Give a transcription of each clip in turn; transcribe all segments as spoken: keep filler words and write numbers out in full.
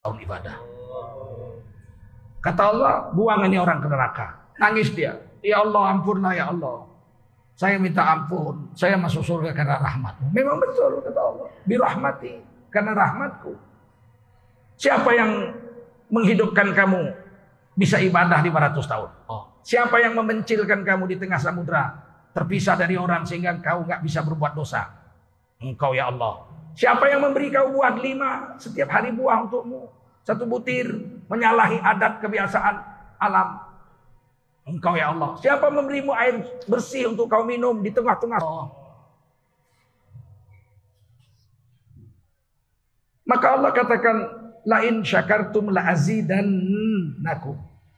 tahun ibadah. Kata Allah, buang ini orang ke neraka. Nangis dia. Ya Allah, ampunlah ya Allah. Saya minta ampun. Saya masuk surga karena rahmat-Mu. Memang betul kata Allah. Birahmati, karena rahmatku. Siapa yang menghidupkan kamu bisa ibadah lima ratus tahun? Oh. Siapa yang memencilkan kamu di tengah samudra, terpisah dari orang sehingga kau nggak bisa berbuat dosa? Engkau ya Allah. Siapa yang memberi kau buah lima setiap hari buah untukmu? Satu butir menyalahi adat kebiasaan alam. Engkau ya Allah. Siapa memberimu air bersih untuk kau minum di tengah-tengah? Oh. Maka Allah katakan, la in syakartum la azidannakum.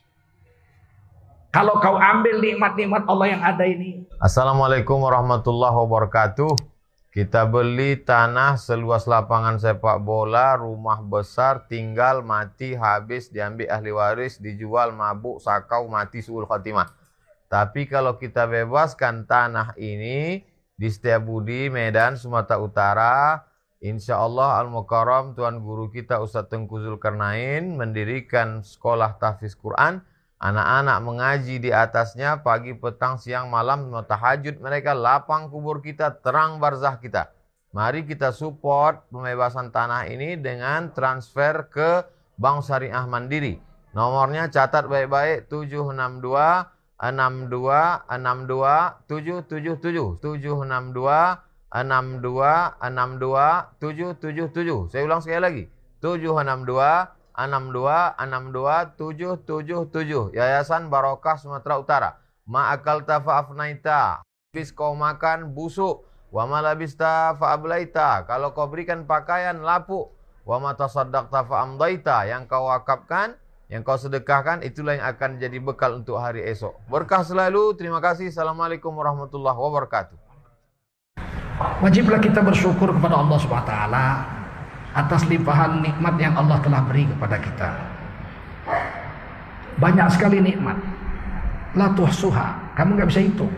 Kalau kau ambil nikmat-nikmat Allah yang ada ini. Assalamualaikum warahmatullahi wabarakatuh. Kita beli tanah seluas lapangan sepak bola, rumah besar, tinggal, mati, habis, diambil ahli waris, dijual, mabuk, sakau, mati, suul khotimah. Tapi kalau kita bebaskan tanah ini di Setiabudi, Medan, Sumatera Utara, insya Allah Al-Mukarram Tuan Guru kita Ustadz Tengku Zulkarnain mendirikan sekolah tahfiz Quran. Anak-anak mengaji di atasnya pagi, petang, siang, malam, tahajud mereka, lapang kubur kita, terang barzah kita. Mari kita support pembebasan tanah ini dengan transfer ke Bank Syariah Mandiri. Nomornya catat baik-baik, tujuh enam dua enam dua enam dua tujuh tujuh tujuh, tujuh enam dua enam dua enam dua tujuh tujuh tujuh. Saya ulang sekali lagi, tujuh enam dua enam dua enam dua tujuh tujuh tujuh. Yayasan Barokah Sumatera Utara. Ma'akalta fa'afnaita. Habis kau makan busuk. Wa malabista fa'ablaita. Kalau kau berikan pakaian lapuk. Wa matasaddaqta fa'amdaita. Yang kau wakafkan, yang kau sedekahkan, itulah yang akan jadi bekal untuk hari esok. Berkah selalu. Terima kasih. Assalamualaikum warahmatullahi wabarakatuh. Wajiblah kita bersyukur kepada Allah subhanahu wa taala atas limpahan nikmat yang Allah telah beri kepada kita. Banyak sekali nikmat. La tuhsuha, kamu nggak bisa hitung.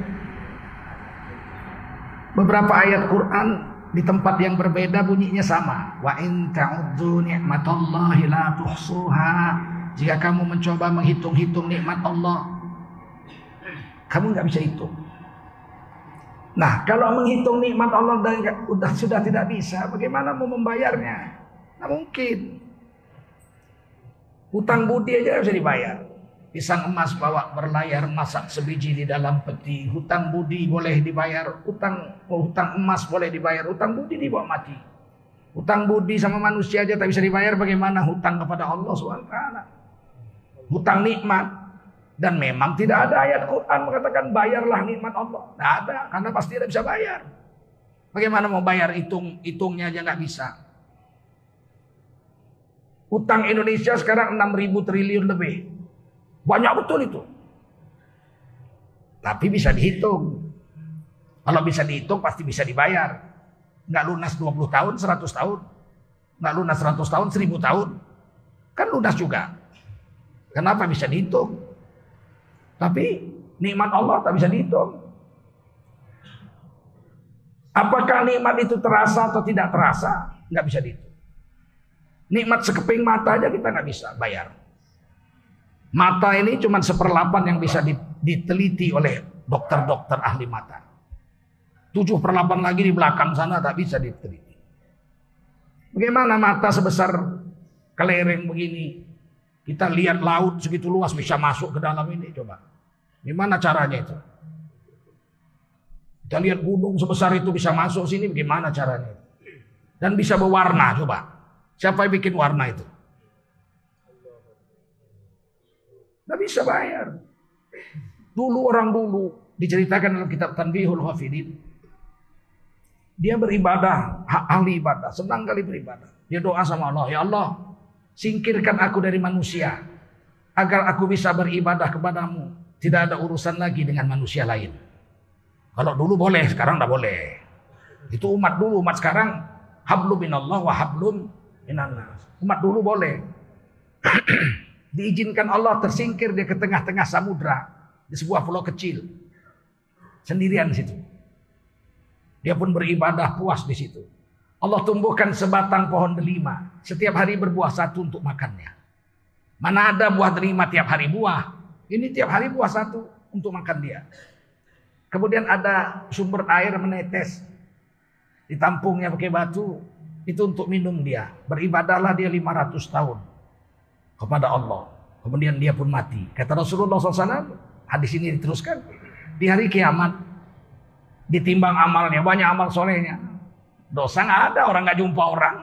Beberapa ayat Quran di tempat yang berbeda bunyinya sama. Wa in ta'udzu ni'matallahi la tuhsuha. Jika kamu mencoba menghitung-hitung nikmat Allah, kamu nggak bisa hitung. Nah, kalau menghitung nikmat Allah dan sudah sudah tidak bisa, bagaimana mau membayarnya? Nah, mungkin. Hutang budi aja bisa dibayar. Pisang emas bawa berlayar, masak sebiji di dalam peti. Hutang budi boleh dibayar. Hutang oh, hutang emas boleh dibayar. Hutang budi dibawa mati. Hutang budi sama manusia aja tak bisa dibayar. Bagaimana hutang kepada Allah subhanahu wa taala? Hutang nikmat. Dan memang tidak ada ayat Quran mengatakan bayarlah nikmat Allah. Tidak ada, karena pasti tidak bisa bayar. Bagaimana mau bayar, hitung hitungnya aja nggak bisa. Utang Indonesia sekarang enam ribu triliun lebih. Banyak betul itu. Tapi bisa dihitung. Kalau bisa dihitung pasti bisa dibayar. Nggak lunas dua puluh tahun, seratus tahun. Nggak lunas seratus tahun, seribu tahun. Kan lunas juga. Kenapa bisa dihitung? Tapi nikmat Allah tak bisa dihitung. Apakah nikmat itu terasa atau tidak terasa? Nggak bisa dihitung. Nikmat sekeping mata aja kita nggak bisa bayar. Mata ini cuma seperlapan yang bisa diteliti oleh dokter-dokter ahli mata. Tujuh perlapan lagi di belakang sana tak bisa diteliti. Bagaimana mata sebesar kelereng begini? Kita lihat laut segitu luas bisa masuk ke dalam ini, coba. Gimana caranya itu? Kita lihat gunung sebesar itu bisa masuk sini, bagaimana caranya? Dan bisa berwarna, coba. Siapa yang bikin warna itu? Nggak bisa bayar. Dulu orang dulu diceritakan dalam kitab Tanbihul Ghafilin. Dia beribadah, ahli ibadah, senang kali beribadah. Dia doa sama Allah, ya Allah, singkirkan aku dari manusia agar aku bisa beribadah kepadamu. Tidak ada urusan lagi dengan manusia lain. Kalau dulu boleh, sekarang tidak boleh. Itu umat dulu, umat sekarang hablum minallah wa hablum minannas. Umat dulu boleh. Diizinkan Allah tersingkir dia ke tengah-tengah samudra di sebuah pulau kecil. Sendirian di situ. Dia pun beribadah puas di situ. Allah tumbuhkan sebatang pohon delima. Setiap hari berbuah satu untuk makannya. Mana ada buah delima tiap hari buah. Ini tiap hari buah satu untuk makan dia. Kemudian ada sumber air menetes. Ditampungnya pakai batu. Itu untuk minum dia. Beribadahlah dia lima ratus tahun. Kepada Allah. Kemudian dia pun mati. Kata Rasulullah shallallahu alaihi wasallam. Hadis ini diteruskan. Di hari kiamat. Ditimbang amalnya. Banyak amal solehnya. Dosa nggak ada, orang nggak jumpa orang.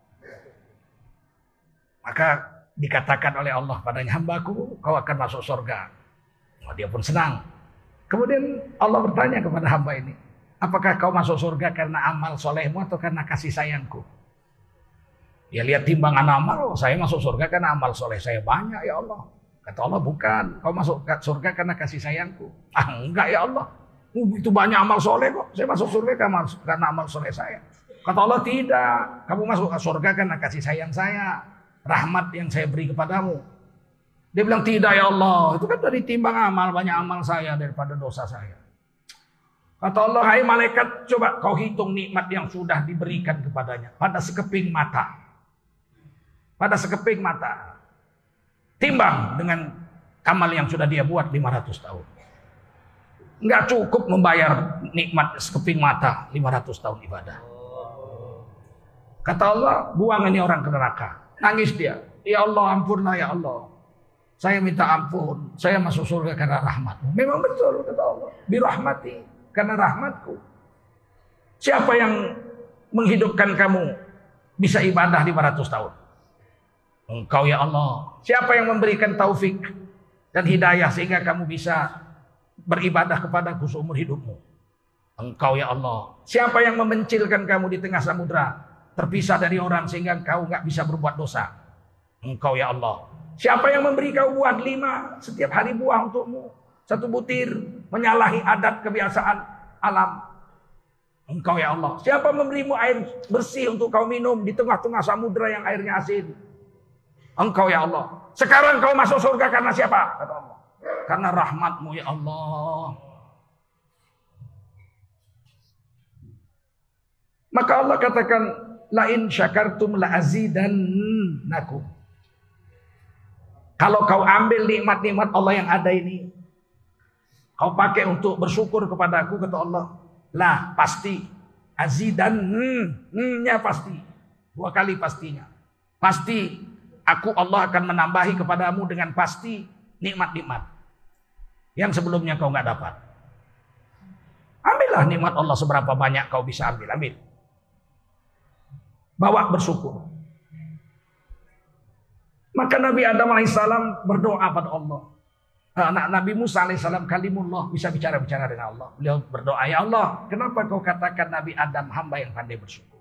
Maka dikatakan oleh Allah padanya, hambaku, kau akan masuk surga. Oh, dia pun senang. Kemudian Allah bertanya kepada hamba ini, apakah kau masuk surga karena amal solehmu atau karena kasih sayangku? Dia lihat timbangan amal, oh, saya masuk surga karena amal soleh saya banyak ya Allah. Kata Allah, bukan, kau masuk surga karena kasih sayangku. Ah enggak ya Allah. Uh, itu banyak amal soleh kok. Saya masuk surga karena amal soleh saya. Kata Allah, tidak. Kamu masuk surga karena kasih sayang saya. Rahmat yang saya beri kepadamu. Dia bilang, tidak ya Allah. Itu kan dari timbang amal. Banyak amal saya daripada dosa saya. Kata Allah, hai malaikat, coba kau hitung nikmat yang sudah diberikan kepadanya. Pada sekeping mata. Pada sekeping mata. Timbang dengan amal yang sudah dia buat lima ratus tahun. Nggak cukup membayar nikmat sekeping mata lima ratus tahun ibadah. Kata Allah, buang ini orang ke neraka. Nangis dia. Ya Allah, ampunlah ya Allah. Saya minta ampun. Saya masuk surga karena rahmatmu. Memang betul kata Allah. Birahmati. Karena rahmatku. Siapa yang menghidupkan kamu bisa ibadah lima ratus tahun? Engkau ya Allah. Siapa yang memberikan taufik dan hidayah sehingga kamu bisa beribadah kepadaku seumur hidupmu? Engkau ya Allah. Siapa yang memencilkan kamu di tengah samudra, terpisah dari orang sehingga engkau nggak bisa berbuat dosa? Engkau ya Allah. Siapa yang memberi kau buah lima setiap hari buah untukmu, satu butir, menyalahi adat kebiasaan alam? Engkau ya Allah. Siapa memberimu air bersih untuk kau minum di tengah-tengah samudra yang airnya asin? Engkau ya Allah. Sekarang kau masuk surga karena siapa? Kata Allah. Karena rahmatmu ya Allah. Maka Allah katakan, la in syakartum la azidannakum. Kalau kau ambil nikmat-nikmat Allah yang ada ini, kau pakai untuk bersyukur kepadaku, kata Allah, lah pasti azidan, nya pasti, dua kali pastinya. Pasti aku Allah akan menambahi kepadamu dengan pasti nikmat-nikmat yang sebelumnya kau nggak dapat. Ambillah nikmat Allah seberapa banyak kau bisa ambil, ambil. Bawa bersyukur. Maka Nabi Adam alaihissalam berdoa pada Allah. Anak Nabi Musa alaihissalam kalimullah, bisa bicara-bicara dengan Allah. Beliau berdoa, ya Allah, kenapa kau katakan Nabi Adam hamba yang pandai bersyukur?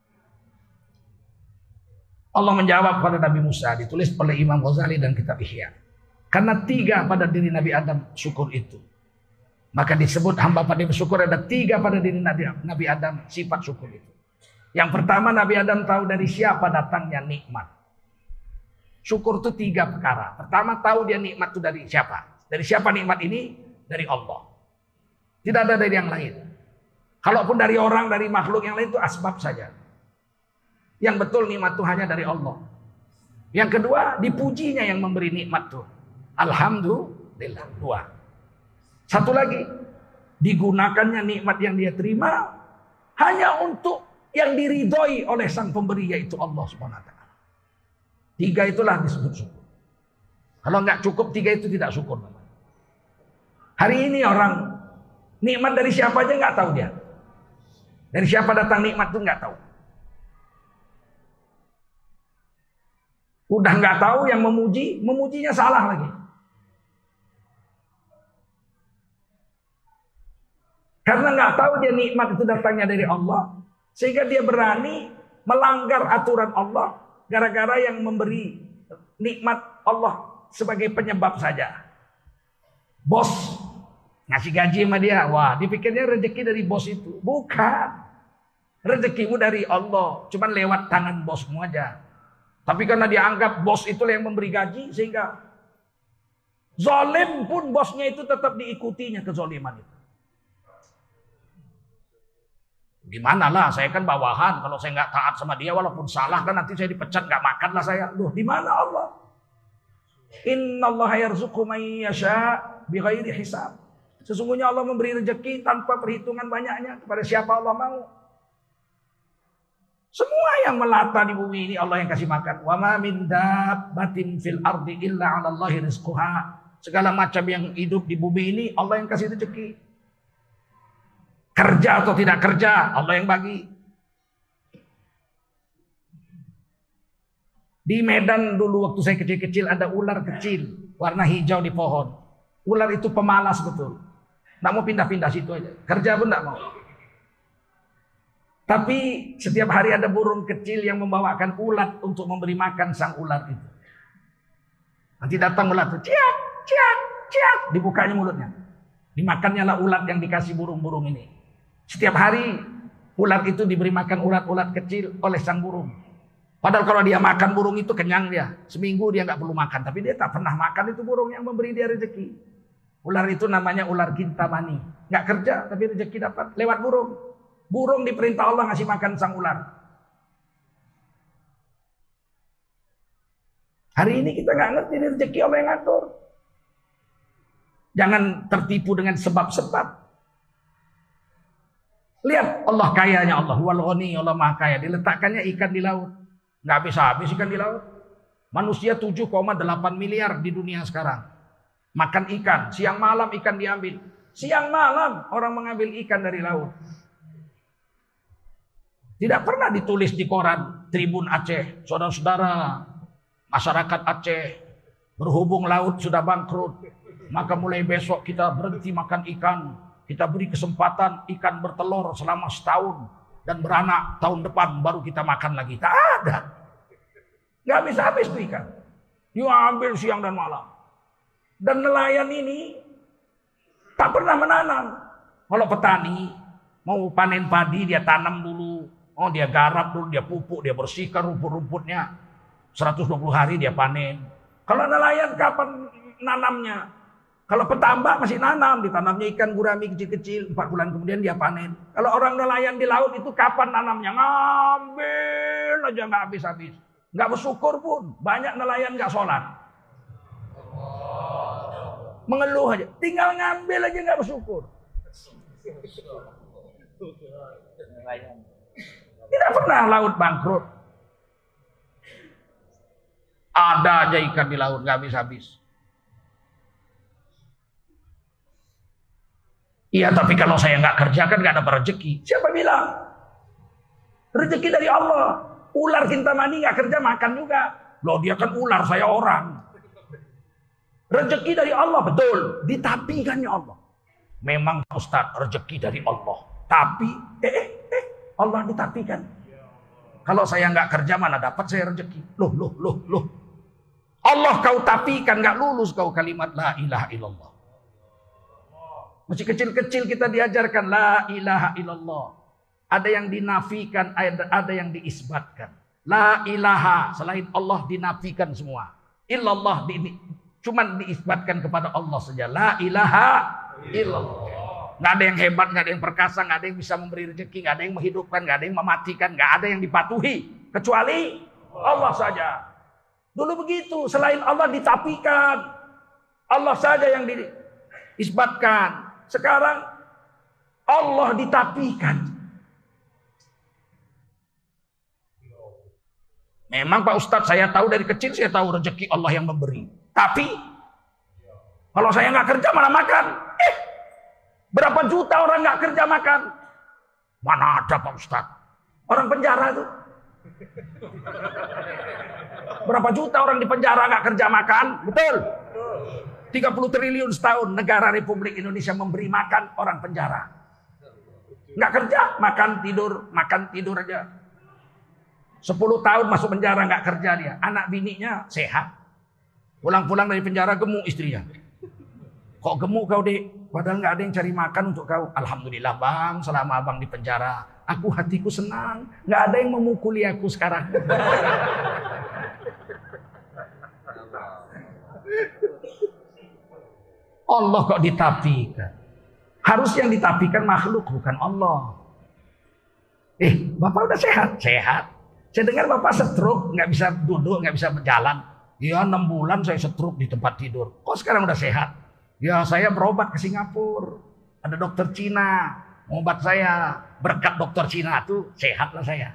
Allah menjawab pada Nabi Musa, ditulis oleh Imam Ghazali dan kitab Ihya. Karena tiga pada diri Nabi Adam syukur itu. Maka disebut hamba pandai bersyukur, ada tiga pada diri Nabi Adam sifat syukur itu. Yang pertama, Nabi Adam tahu dari siapa datangnya nikmat. Syukur itu tiga perkara. Pertama, tahu dia nikmat itu dari siapa. Dari siapa nikmat ini? Dari Allah. Tidak ada dari yang lain. Kalaupun dari orang, dari makhluk yang lain itu asbab saja. Yang betul nikmat itu hanya dari Allah. Yang kedua, dipujinya yang memberi nikmat itu. Alhamdulillah. Dua. Satu lagi, digunakannya nikmat yang dia terima hanya untuk yang diridhoi oleh sang pemberi, yaitu Allah subhanahu wa taala. Tiga itulah disebut syukur. Kalau nggak cukup tiga itu tidak syukur. Hari ini orang nikmat dari siapa aja nggak tahu dia. Dari siapa datang nikmat itu nggak tahu. Udah nggak tahu, yang memuji, memujinya salah lagi. Karena nggak tahu dia nikmat itu datangnya dari Allah, sehingga dia berani melanggar aturan Allah gara-gara yang memberi nikmat Allah sebagai penyebab saja. Bos ngasih gaji sama dia, wah dipikirnya rezeki dari bos itu. Bukan. Rezekimu dari Allah, cuman lewat tangan bosmu aja. Tapi karena dia anggap bos itulah yang memberi gaji, sehingga zalim pun bosnya itu tetap diikutinya kezaliman itu. Gimana lah, saya kan bawahan. Kalau saya nggak taat sama dia, walaupun salah kan nanti saya dipecat, nggak makan lah saya. Loh, di mana Allah? Innallaha yarzuqu man yasha bighairi hisab. Sesungguhnya Allah memberi rezeki tanpa perhitungan banyaknya kepada siapa Allah mau. Semua yang melata di bumi ini Allah yang kasih makan. Wa ma min dabbatin fil ardi illa 'ala Allahi rizquha. Segala macam yang hidup di bumi ini Allah yang kasih rezeki. Kerja atau tidak kerja, Allah yang bagi. Di Medan dulu waktu saya kecil-kecil ada ular kecil warna hijau di pohon. Ular itu pemalas betul. Nggak mau pindah-pindah situ aja. Kerja pun nggak mau. Tapi setiap hari ada burung kecil yang membawakan ulat untuk memberi makan sang ular itu. Nanti datang ulat itu, ciak, ciak, ciak, dibukanya mulutnya. Dimakannya lah ulat yang dikasih burung-burung ini. Setiap hari ular itu diberi makan ulat-ulat kecil oleh sang burung. Padahal kalau dia makan burung itu kenyang dia. Seminggu dia nggak perlu makan. Tapi dia tak pernah makan itu burung yang memberi dia rezeki. Ular itu namanya ular kintamani. Nggak kerja tapi rezeki dapat lewat burung. Burung diperintah Allah ngasih makan sang ular. Hari ini kita nggak ngerti rezeki Allah yang ngatur. Jangan tertipu dengan sebab-sebab. Lihat Allah kayanya Allah. Wal ghani, Allah maha kaya. Diletakkannya ikan di laut. Nggak habis-habis ikan di laut. Manusia tujuh koma delapan miliar di dunia sekarang. Makan ikan. Siang malam ikan diambil. Siang malam orang mengambil ikan dari laut. Tidak pernah ditulis di koran Tribun Aceh. Saudara-saudara, masyarakat Aceh, berhubung laut sudah bangkrut. Maka mulai besok kita berhenti makan ikan. Kita beri kesempatan ikan bertelur selama setahun. Dan beranak tahun depan baru kita makan lagi. Tak ada. Gak bisa habis tuh ikan. Dia ambil siang dan malam. Dan nelayan ini tak pernah menanam. Kalau petani mau panen padi dia tanam dulu. Oh dia garap dulu, dia pupuk, dia bersihkan rumput-rumputnya. seratus dua puluh hari dia panen. Kalau nelayan kapan nanamnya? Kalau petambak masih nanam, ditanamnya ikan gurami kecil-kecil, empat bulan kemudian dia panen. Kalau orang nelayan di laut itu kapan nanamnya? Ngambil aja nggak habis-habis. Nggak bersyukur pun. Banyak nelayan nggak sholat. Mengeluh aja. Tinggal ngambil aja nggak bersyukur. Tidak pernah laut bangkrut. Ada aja ikan di laut nggak habis-habis. Iya, tapi kalau saya nggak kerja kan nggak dapat rezeki. Siapa bilang? Rezeki dari Allah. Ular kintamani nggak kerja makan juga. Loh dia kan ular, saya orang. Rezeki dari Allah betul. Ditapikannya Allah. Memang Ustaz rezeki dari Allah. Tapi eh eh, eh Allah ditapikan. Kalau saya nggak kerja mana dapat saya rezeki? Loh loh loh loh. Allah kau tapikan nggak lulus kau kalimat la ilaha illallah. Masih kecil-kecil kita diajarkan la ilaha illallah. Ada yang dinafikan, ada, ada yang diisbatkan. La ilaha, selain Allah dinafikan semua. Illallah di, cuman diisbatkan kepada Allah saja. La ilaha illallah. Nggak ada yang hebat, nggak ada yang perkasa, nggak ada yang bisa memberi rezeki, nggak ada yang menghidupkan, nggak ada yang mematikan, nggak ada yang dipatuhi kecuali Allah saja. Dulu begitu, selain Allah ditapikan, Allah saja yang diisbatkan. Sekarang Allah ditapikan. Memang Pak Ustadz saya tahu dari kecil, saya tahu rezeki Allah yang memberi. Tapi kalau saya nggak kerja mana makan? Eh, berapa juta orang nggak kerja makan? Mana ada Pak Ustadz? Orang penjara itu. Berapa juta orang di penjara nggak kerja makan? Betul. tiga puluh triliun setahun negara Republik Indonesia memberi makan orang penjara. Nggak kerja, makan tidur, makan tidur aja. sepuluh tahun masuk penjara nggak kerja dia. Anak bininya sehat. Pulang-pulang dari penjara gemuk istrinya. Kok gemuk kau dek? Padahal nggak ada yang cari makan untuk kau. Alhamdulillah bang, selama abang di penjara, aku hatiku senang. Nggak ada yang memukuli aku sekarang. Allah kok ditapikan. Harus yang ditapikan makhluk bukan Allah. Eh, Bapak udah sehat? Sehat. Saya dengar Bapak stroke, nggak bisa duduk, nggak bisa berjalan. Ya enam bulan saya stroke di tempat tidur. Kok sekarang udah sehat? Ya saya berobat ke Singapura. Ada dokter Cina, obat saya. Berkat dokter Cina itu sehatlah saya.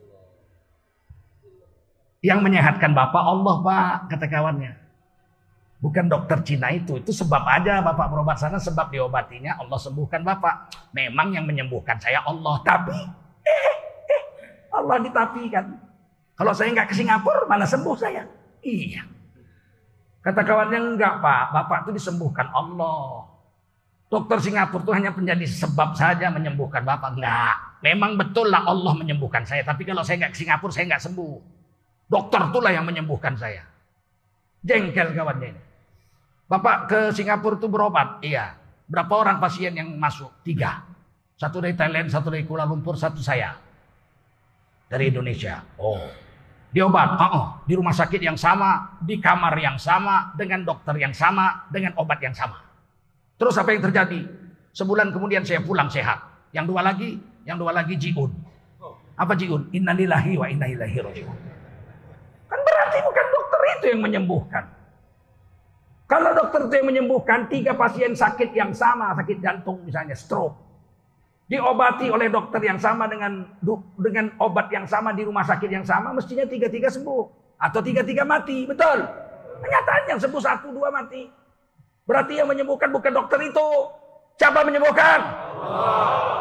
Yang menyehatkan Bapak Allah, Pak, kata kawannya. Bukan dokter Cina itu. Itu sebab aja Bapak berobat sana, sebab diobatinya Allah sembuhkan Bapak. Memang yang menyembuhkan saya Allah. Tapi eh, eh, Allah ditapikan. Kalau saya nggak ke Singapura, mana sembuh saya? Iya. Kata kawannya, enggak Pak. Bapak itu disembuhkan Allah. Dokter Singapura itu hanya menjadi sebab saja menyembuhkan Bapak. Enggak. Memang betul lah Allah menyembuhkan saya. Tapi kalau saya nggak ke Singapura, saya nggak sembuh. Dokter itulah yang menyembuhkan saya. Jengkel kawannya ini. Bapak ke Singapura itu berobat? Iya. Berapa orang pasien yang masuk? Tiga. Satu dari Thailand, satu dari Kuala Lumpur, satu saya. Dari Indonesia. Oh. Diobat. Oh, oh. Di rumah sakit yang sama, di kamar yang sama, dengan dokter yang sama, dengan obat yang sama. Terus apa yang terjadi? Sebulan kemudian saya pulang sehat. Yang dua lagi, yang dua lagi jiun. Apa jiun? Innalillahi wa inna ilaihi raji'un. Kan berarti bukan dokter itu yang menyembuhkan. Kalau dokter itu yang menyembuhkan, tiga pasien sakit yang sama, sakit jantung misalnya, stroke. Diobati oleh dokter yang sama dengan dengan obat yang sama di rumah sakit yang sama, mestinya tiga-tiga sembuh. Atau tiga-tiga mati, betul. Kenyataan yang sembuh satu, dua mati. Berarti yang menyembuhkan bukan dokter itu. Siapa menyembuhkan? Allah.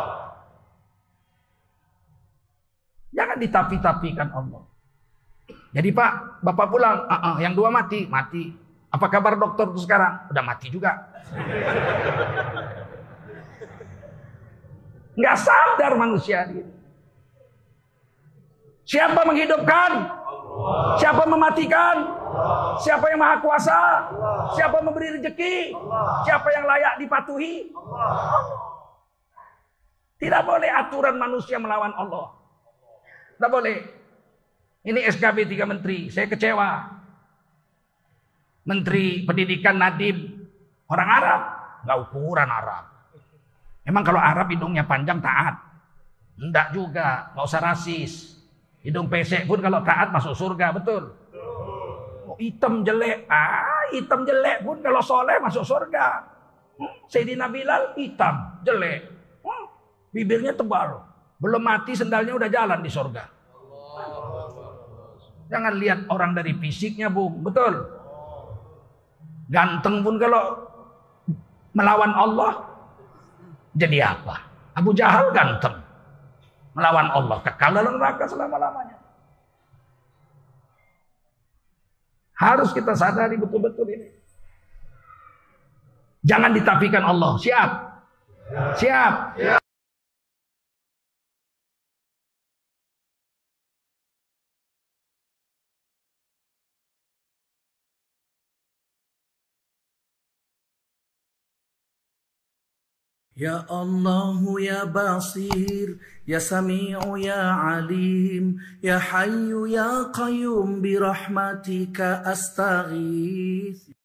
Jangan ditapi-tapikan Allah. Jadi Pak, Bapak pulang, uh -uh, yang dua mati, mati. Apa kabar dokter itu sekarang? Udah mati juga. Nggak sadar manusia. Siapa menghidupkan? Allah. Siapa mematikan? Allah. Siapa yang maha kuasa? Allah. Siapa memberi rezeki? Allah. Siapa yang layak dipatuhi? Allah. Tidak boleh aturan manusia melawan Allah. Tidak boleh. Ini S K B tiga menteri. Saya kecewa. Menteri Pendidikan Nadiem orang Arab. Nggak ukuran Arab. Emang kalau Arab hidungnya panjang taat? Enggak juga, nggak usah rasis. Hidung pesek pun kalau taat masuk surga, betul? Oh, hitam jelek, ah hitam jelek pun kalau soleh masuk surga. Hmm, Sayyidina Bilal hitam jelek, hmm, bibirnya tebal, belum mati sendalnya udah jalan di surga. Jangan lihat orang dari fisiknya, Bung, betul? Ganteng pun kalau melawan Allah. Jadi apa? Abu Jahal ganteng. Melawan Allah. Kekal dalam neraka selama-lamanya. Harus kita sadari betul-betul ini. Jangan ditafikan Allah. Siap? Siap? Siap. Ya Allah ya Basir, ya Sami'u ya Alim, ya Hayyu ya Qayyum bi rahmatika astaghith.